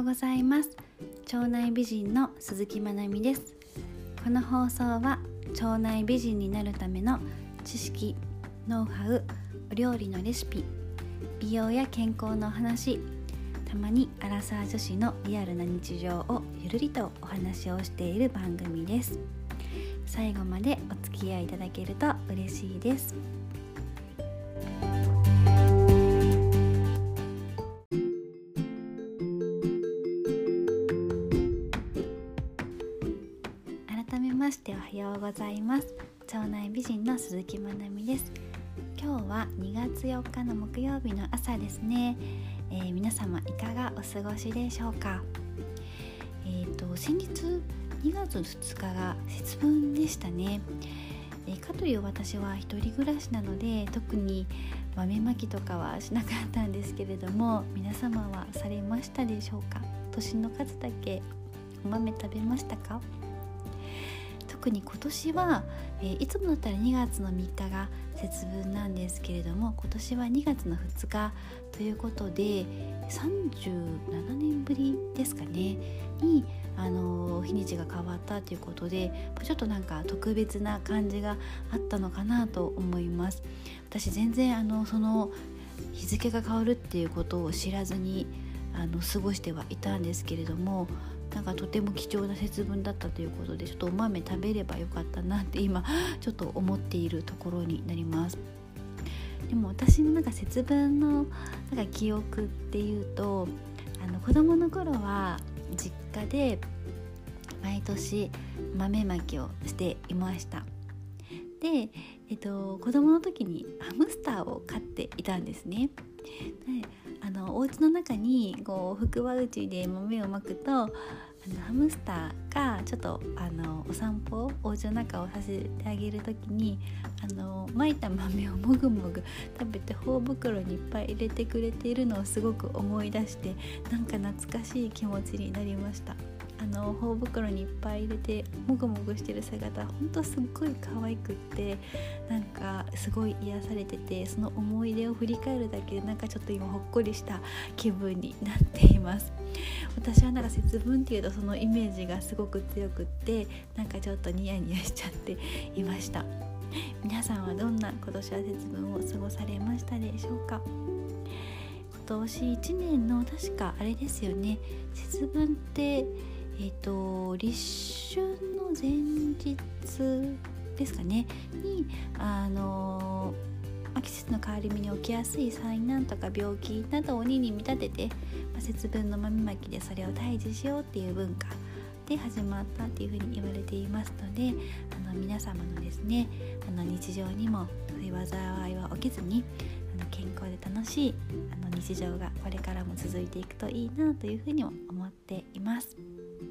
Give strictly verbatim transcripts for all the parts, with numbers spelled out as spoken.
ようございます。腸内美人の鈴木まなみです。この放送は腸内美人になるための知識、ノウハウ、お料理のレシピ、美容や健康のお話、たまにアラサー女子のリアルな日常をゆるりとお話をしている番組です。最後までお付き合いいただけると嬉しいです。改めましておはようございます。腸内美人の鈴木まなみです。今日はにがつよっかの木曜日の朝ですね。えー、皆様いかがお過ごしでしょうか。えーと先日にがつふつかが節分でしたね。えー、かという私は一人暮らしなので特に豆まきとかはしなかったんですけれども、皆様はされましたでしょうか。年の数だけお豆食べましたか。特に今年は、えー、いつもだったらにがつのみっかが節分なんですけれども、今年はにがつのふつかということでさんじゅうななねんぶりですかねに、あのー、日にちが変わったということで、ちょっとなんか特別な感じがあったのかなと思います。私全然あのその日付が変わるっていうことを知らずにあの過ごしてはいたんですけれども、なんかとても貴重な節分だったということで、ちょっとお豆食べればよかったなって今ちょっと思っているところになります。でも私のなんか節分のなんか記憶っていうと、あの子供の頃は実家で毎年豆まきをしていました。で、えっと、子供の時にハムスターを飼っていたんですね。で、あのお家の中にこう福は内で豆をまくと、あのハムスターがちょっとあのお散歩をお家の中をさせてあげるときに、あのまいた豆をもぐもぐ食べて頬袋にいっぱい入れてくれているのをすごく思い出して、なんか懐かしい気持ちになりました。あの頬袋にいっぱい入れてもぐもぐしてる姿、ほんとすっごい可愛くって、なんかすごい癒されてて、その思い出を振り返るだけでなんかちょっと今ほっこりした気分になっています。私はなんか節分っていうとそのイメージがすごく強くって、なんかちょっとニヤニヤしちゃっていました。皆さんはどんな今年は節分を過ごされましたでしょうか。今年いちねんの確かあれですよね、節分ってえーと、立春の前日ですかねに、あのー、季節の変わり目に起きやすい災難とか病気などを鬼に見立てて、まあ、節分の豆まきでそれを退治しようっていう文化で始まったっていうふうに言われていますので、あの皆様のですね、あの日常にもそういう災いは起きずに、あの健康で楽しいあの日常がこれからも続いていくといいなというふうにも思っています。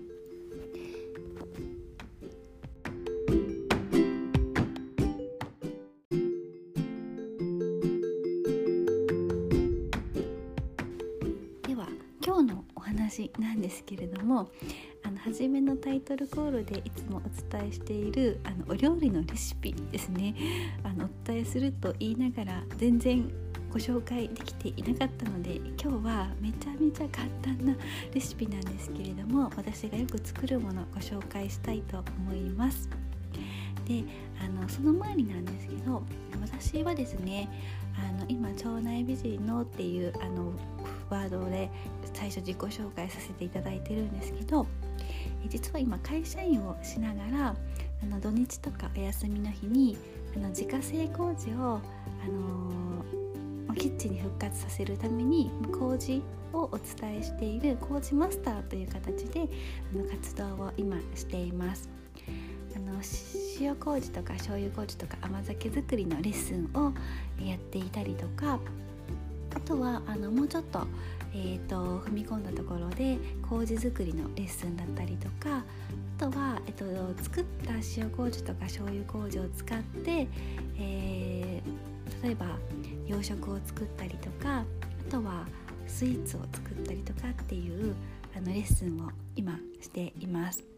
今日のお話なんですけれども、あの初めのタイトルコールでいつもお伝えしているあのお料理のレシピですね、あのお伝えすると言いながら全然ご紹介できていなかったので、今日はめちゃめちゃ簡単なレシピなんですけれども、私がよく作るものをご紹介したいと思います。で、あのその前になんですけど、私はですね、あの今腸内美人のっていうあのワードで最初自己紹介させていただいてるんですけど、実は今会社員をしながら、あの土日とかお休みの日にあの自家製麹を、あのー、キッチンに復活させるために麹をお伝えしている麹マスターという形であの活動を今しています。あの塩麹とか醤油麹とか甘酒作りのレッスンをやっていたりとか、あとはあのもうちょっと、えー、と踏み込んだところで麹作りのレッスンだったりとか、あとは、えー、と作った塩麹とか醤油麹を使って、えー、例えば洋食を作ったりとか、あとはスイーツを作ったりとかっていうあのレッスンを今しています。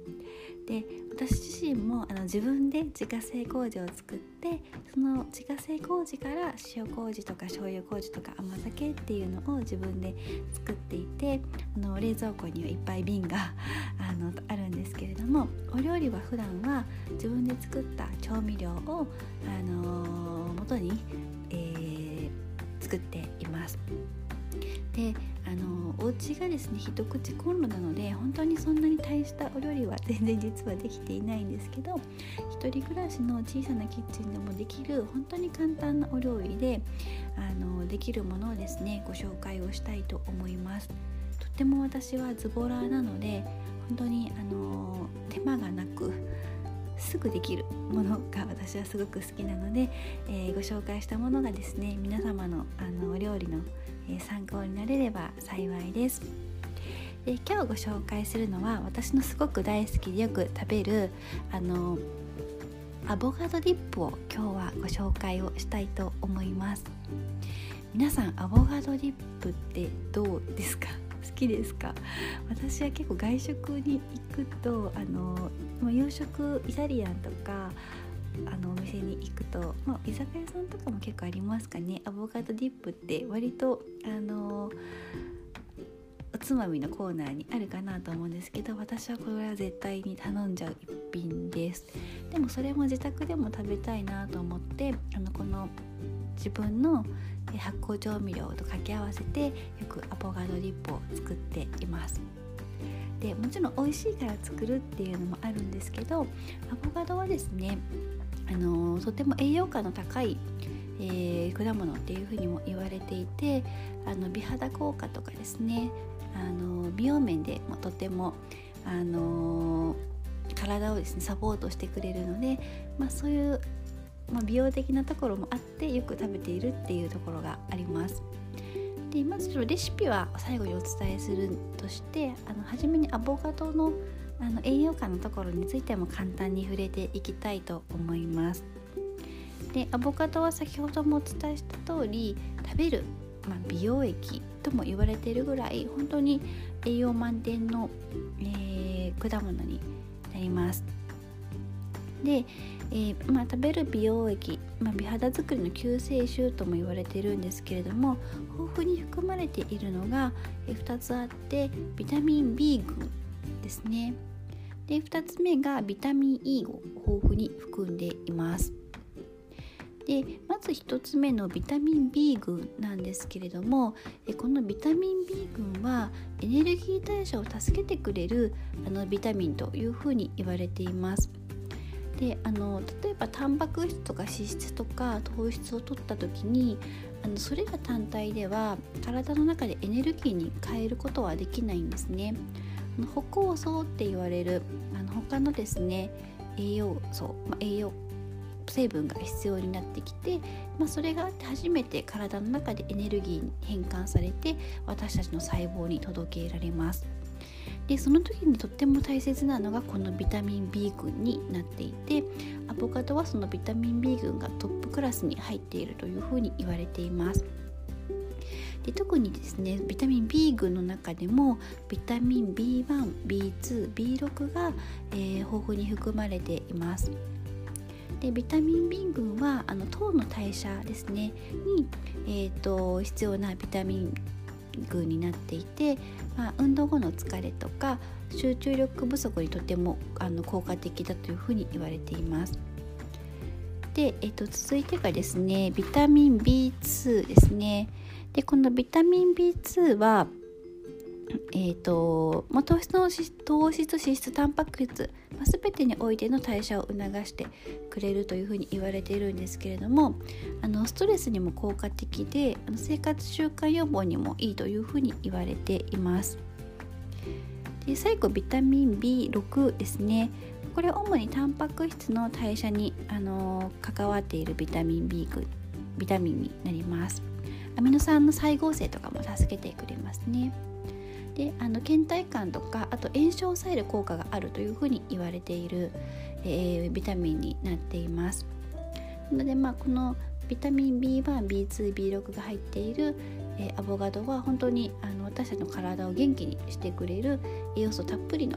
で私自身もあの自分で自家製麹を作って、その自家製麹から塩麹とか醤油麹とか甘酒っていうのを自分で作っていて、あの冷蔵庫にはいっぱい瓶があのあるんですけれども、お料理は普段は自分で作った調味料を、あのー、元に、えー、作っています。であのお家がですね一口コンロなので、本当にそんなに大したお料理は全然実はできていないんですけど、一人暮らしの小さなキッチンでもできる本当に簡単なお料理であのできるものをですねご紹介をしたいと思います。とっても私はズボラなので、本当にあの手間がなくすぐできるものが私はすごく好きなので、えー、ご紹介したものがですね皆様のあのお料理の参考になれれば幸いです。で今日ご紹介するのは、私のすごく大好きでよく食べるあのアボカドディップを今日はご紹介をしたいと思います。皆さんアボカドディップってどうですか？好きですか？私は結構外食に行くとあの洋食イタリアンとかあのお店に行くと、まあ、居酒屋さんとかも結構ありますかね。アボカドディップって割とあのおつまみのコーナーにあるかなと思うんですけど、私はこれは絶対に頼んじゃう一品です。でもそれも自宅でも食べたいなと思って、あのこの自分の発酵調味料と掛け合わせてよくアボカドディップを作っています。でもちろん美味しいから作るっていうのもあるんですけど、アボカドはですねあのとても栄養価の高い、えー、果物っていうふうにも言われていて、あの美肌効果とかですね、あの美容面でもとてもあの体をですねサポートしてくれるので、まあ、そういう、まあ、美容的なところもあってよく食べているっていうところがあります。でまずレシピは最後にお伝えするとして、あの初めにアボカドのあの栄養価のところについても簡単に触れていきたいと思います。でアボカドは先ほどもお伝えした通り、食べる、まあ、美容液とも言われているぐらい本当に栄養満点の、えー、果物になります。で、えーまあ、食べる美容液、まあ、美肌作りの救世主とも言われているんですけれども、豊富に含まれているのがふたつあって、ビタミン B 群ですね。でふたつめがビタミン E を豊富に含んでいます。でまずひとつめのビタミン B 群なんですけれども、このビタミン B 群はエネルギー代謝を助けてくれるあのビタミンというふうに言われています。であの例えばタンパク質とか脂質とか糖質を取った時に、あのそれら単体では体の中でエネルギーに変えることはできないんですね。歩酵素って言われるあの他のですね栄養素、まあ、栄養成分が必要になってきて、まあ、それがあって初めて体の中でエネルギーに変換されて私たちの細胞に届けられます。でその時にとっても大切なのがこのビタミン B 群になっていて、アボカドはそのビタミン B 群がトップクラスに入っているというふうに言われています。で特にですねビタミン B 群の中でもビタミン ビーワン、ビーツー、ビーシックス が、えー、豊富に含まれています。でビタミン B 群はあの糖の代謝ですねに、えー、と必要なビタミン群になっていて、まあ、運動後の疲れとか集中力不足にとてもあの効果的だというふうに言われています。で、えー、と続いてがですねビタミン ビーツー ですね。でこのビタミン ビーツー はえーとまあ、糖質の糖質、脂質、タンパク質、まあ、全てにおいての代謝を促してくれるというふうに言われているんですけれども、あのストレスにも効果的で、あの生活習慣予防にもいいというふうに言われています。で最後ビタミン ビーシックス ですね。これは主にタンパク質の代謝に、あのー、関わっているビタミン B 群、ビタミンになります。アミノ酸の再合成とかも助けてくれますね。であの倦怠感とかあと炎症を抑える効果があるというふうに言われている、えー、ビタミンになっています。なので、まあ、このビタミン ビーワン、ビーツー、ビーシックス が入っている、えー、アボカドは本当にあの私たちの体を元気にしてくれる栄養素たっぷりの、え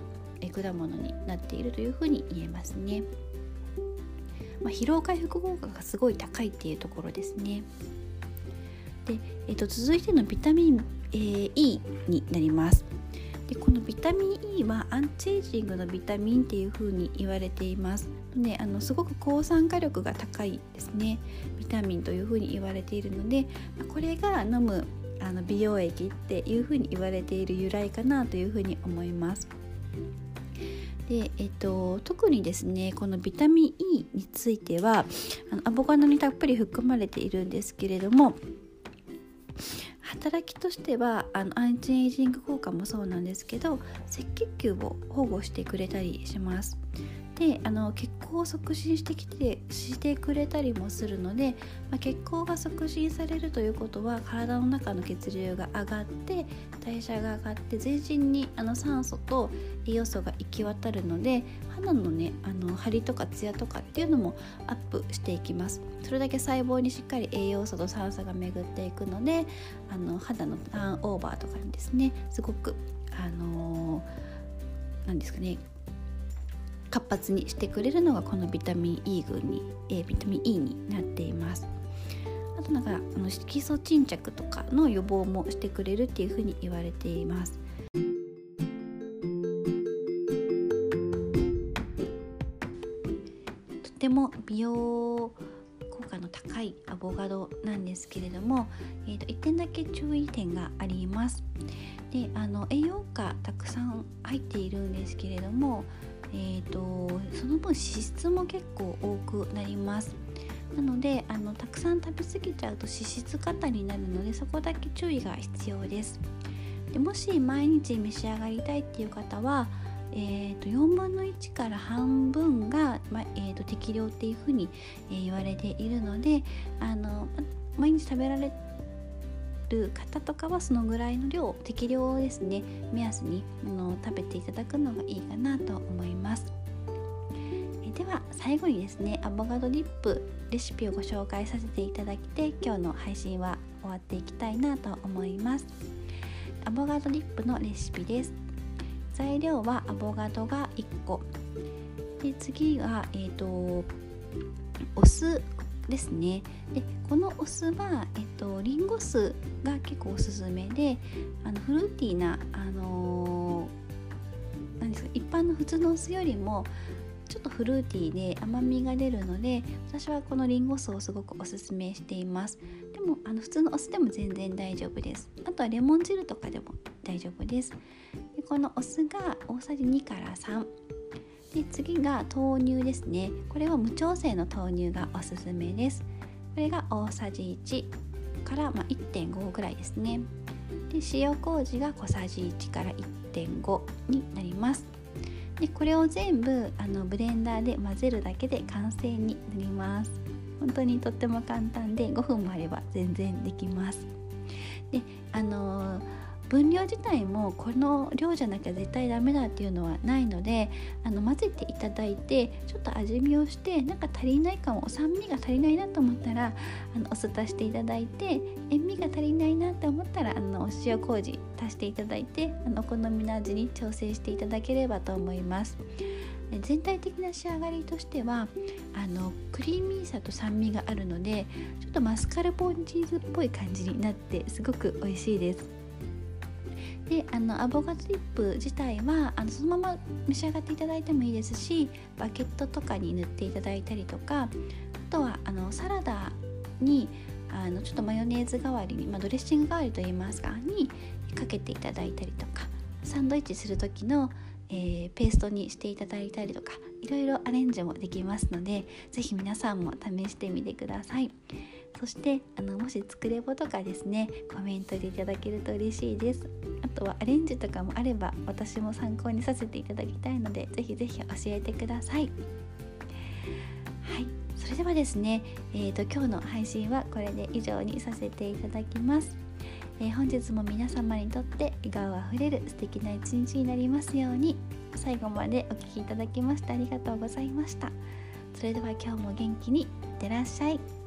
果物になっているというふうに言えますね。まあ、疲労回復効果がすごい高いっていうところですね。で、えー、と続いてのビタミン、えー、E になります。でこのビタミン E はアンチエイジングのビタミンっていう風に言われています。であのすごく抗酸化力が高いですね、ビタミンという風に言われているので、これが飲むあの美容液っていう風に言われている由来かなという風に思います。でえっと、特にですねこのビタミン E についてはあのアボカドにたっぷり含まれているんですけれども、働きとしてはあのアンチエイジング効果もそうなんですけど、赤血球を保護してくれたりします。であの血行を促進してきてしてくれたりもするので、まあ、血行が促進されるということは体の中の血流が上がって代謝が上がって全身にあの酸素と栄養素が行き渡るので、肌のねあの張りとかツヤとかっていうのもアップしていきます。それだけ細胞にしっかり栄養素と酸素が巡っていくので、あの肌のターンオーバーとかにですねすごくあの何ですかね活発にしてくれるのがこのビタミン E 群に、えー、ビタミン E になっています。あとなんかあの色素沈着とかの予防もしてくれるっていうふうに言われています。とても美容効果の高いアボカドなんですけれども、えーと、いってんだけ注意点があります。であの栄養価たくさん入っているんですけれども、えーと、その分脂質も結構多くなります。なのであのたくさん食べ過ぎちゃうと脂質過多になるので、そこだけ注意が必要です。でもし毎日召し上がりたいっていう方は、えーと、よんぶんのいちから半分が、まえーと、適量っていうふうに、えー、言われているので、あの毎日食べられる方とかはそのぐらいの量、適量をですね目安にあの食べていただくのがいいかなと思います。えでは最後にですねアボカドディップレシピをご紹介させていただいて、今日の配信は終わっていきたいなと思います。アボカドディップのレシピです。材料はアボカドがいっこで、次は、えーと、お酢ですね。でこのお酢は、えっと、リンゴ酢が結構おすすめで、あのフルーティーな、あのー、何ですか一般の普通のお酢よりもちょっとフルーティーで甘みが出るので、私はこのリンゴ酢をすごくおすすめしています。でもあの普通のお酢でも全然大丈夫です。あとはレモン汁とかでも大丈夫です。でこのお酢が大さじにからさんで、次が豆乳ですね。これは無調整の豆乳がおすすめです。これが大さじいちから、まあ、いってんご ぐらいですね。で塩麹が小さじいちから いってんご になります。でこれを全部あのブレンダーで混ぜるだけで完成になります。本当にとっても簡単でごふんもあれば全然できます。であのー分量自体もこの量じゃなきゃ絶対ダメだっていうのはないので、あの混ぜていただいてちょっと味見をして、なんか足りないかも、酸味が足りないなと思ったらあのお酢足していただいて、塩味が足りないなと思ったらあのお塩麹足していただいて、あのお好みの味に調整していただければと思います。全体的な仕上がりとしてはあのクリーミーさと酸味があるので、ちょっとマスカルポーネチーズっぽい感じになってすごく美味しいです。であのアボカドディップ自体はあのそのまま召し上がっていただいてもいいですし、バケットとかに塗っていただいたりとか、あとはあのサラダにあのちょっとマヨネーズ代わりに、まあ、ドレッシング代わりといいますかにかけていただいたりとか、サンドイッチする時の、えー、ペーストにしていただいたりとか、いろいろアレンジもできますので、ぜひ皆さんも試してみてください。そしてあのもし作ればとかですねコメントでいただけると嬉しいです。あとはアレンジとかもあれば私も参考にさせていただきたいので、ぜひぜひ教えてください。はい、それではですね、えーと、今日の配信はこれで以上にさせていただきます。えー、本日も皆様にとって笑顔あふれる素敵な一日になりますように。最後までお聞きいただきましてありがとうございました。それでは今日も元気にいってらっしゃい。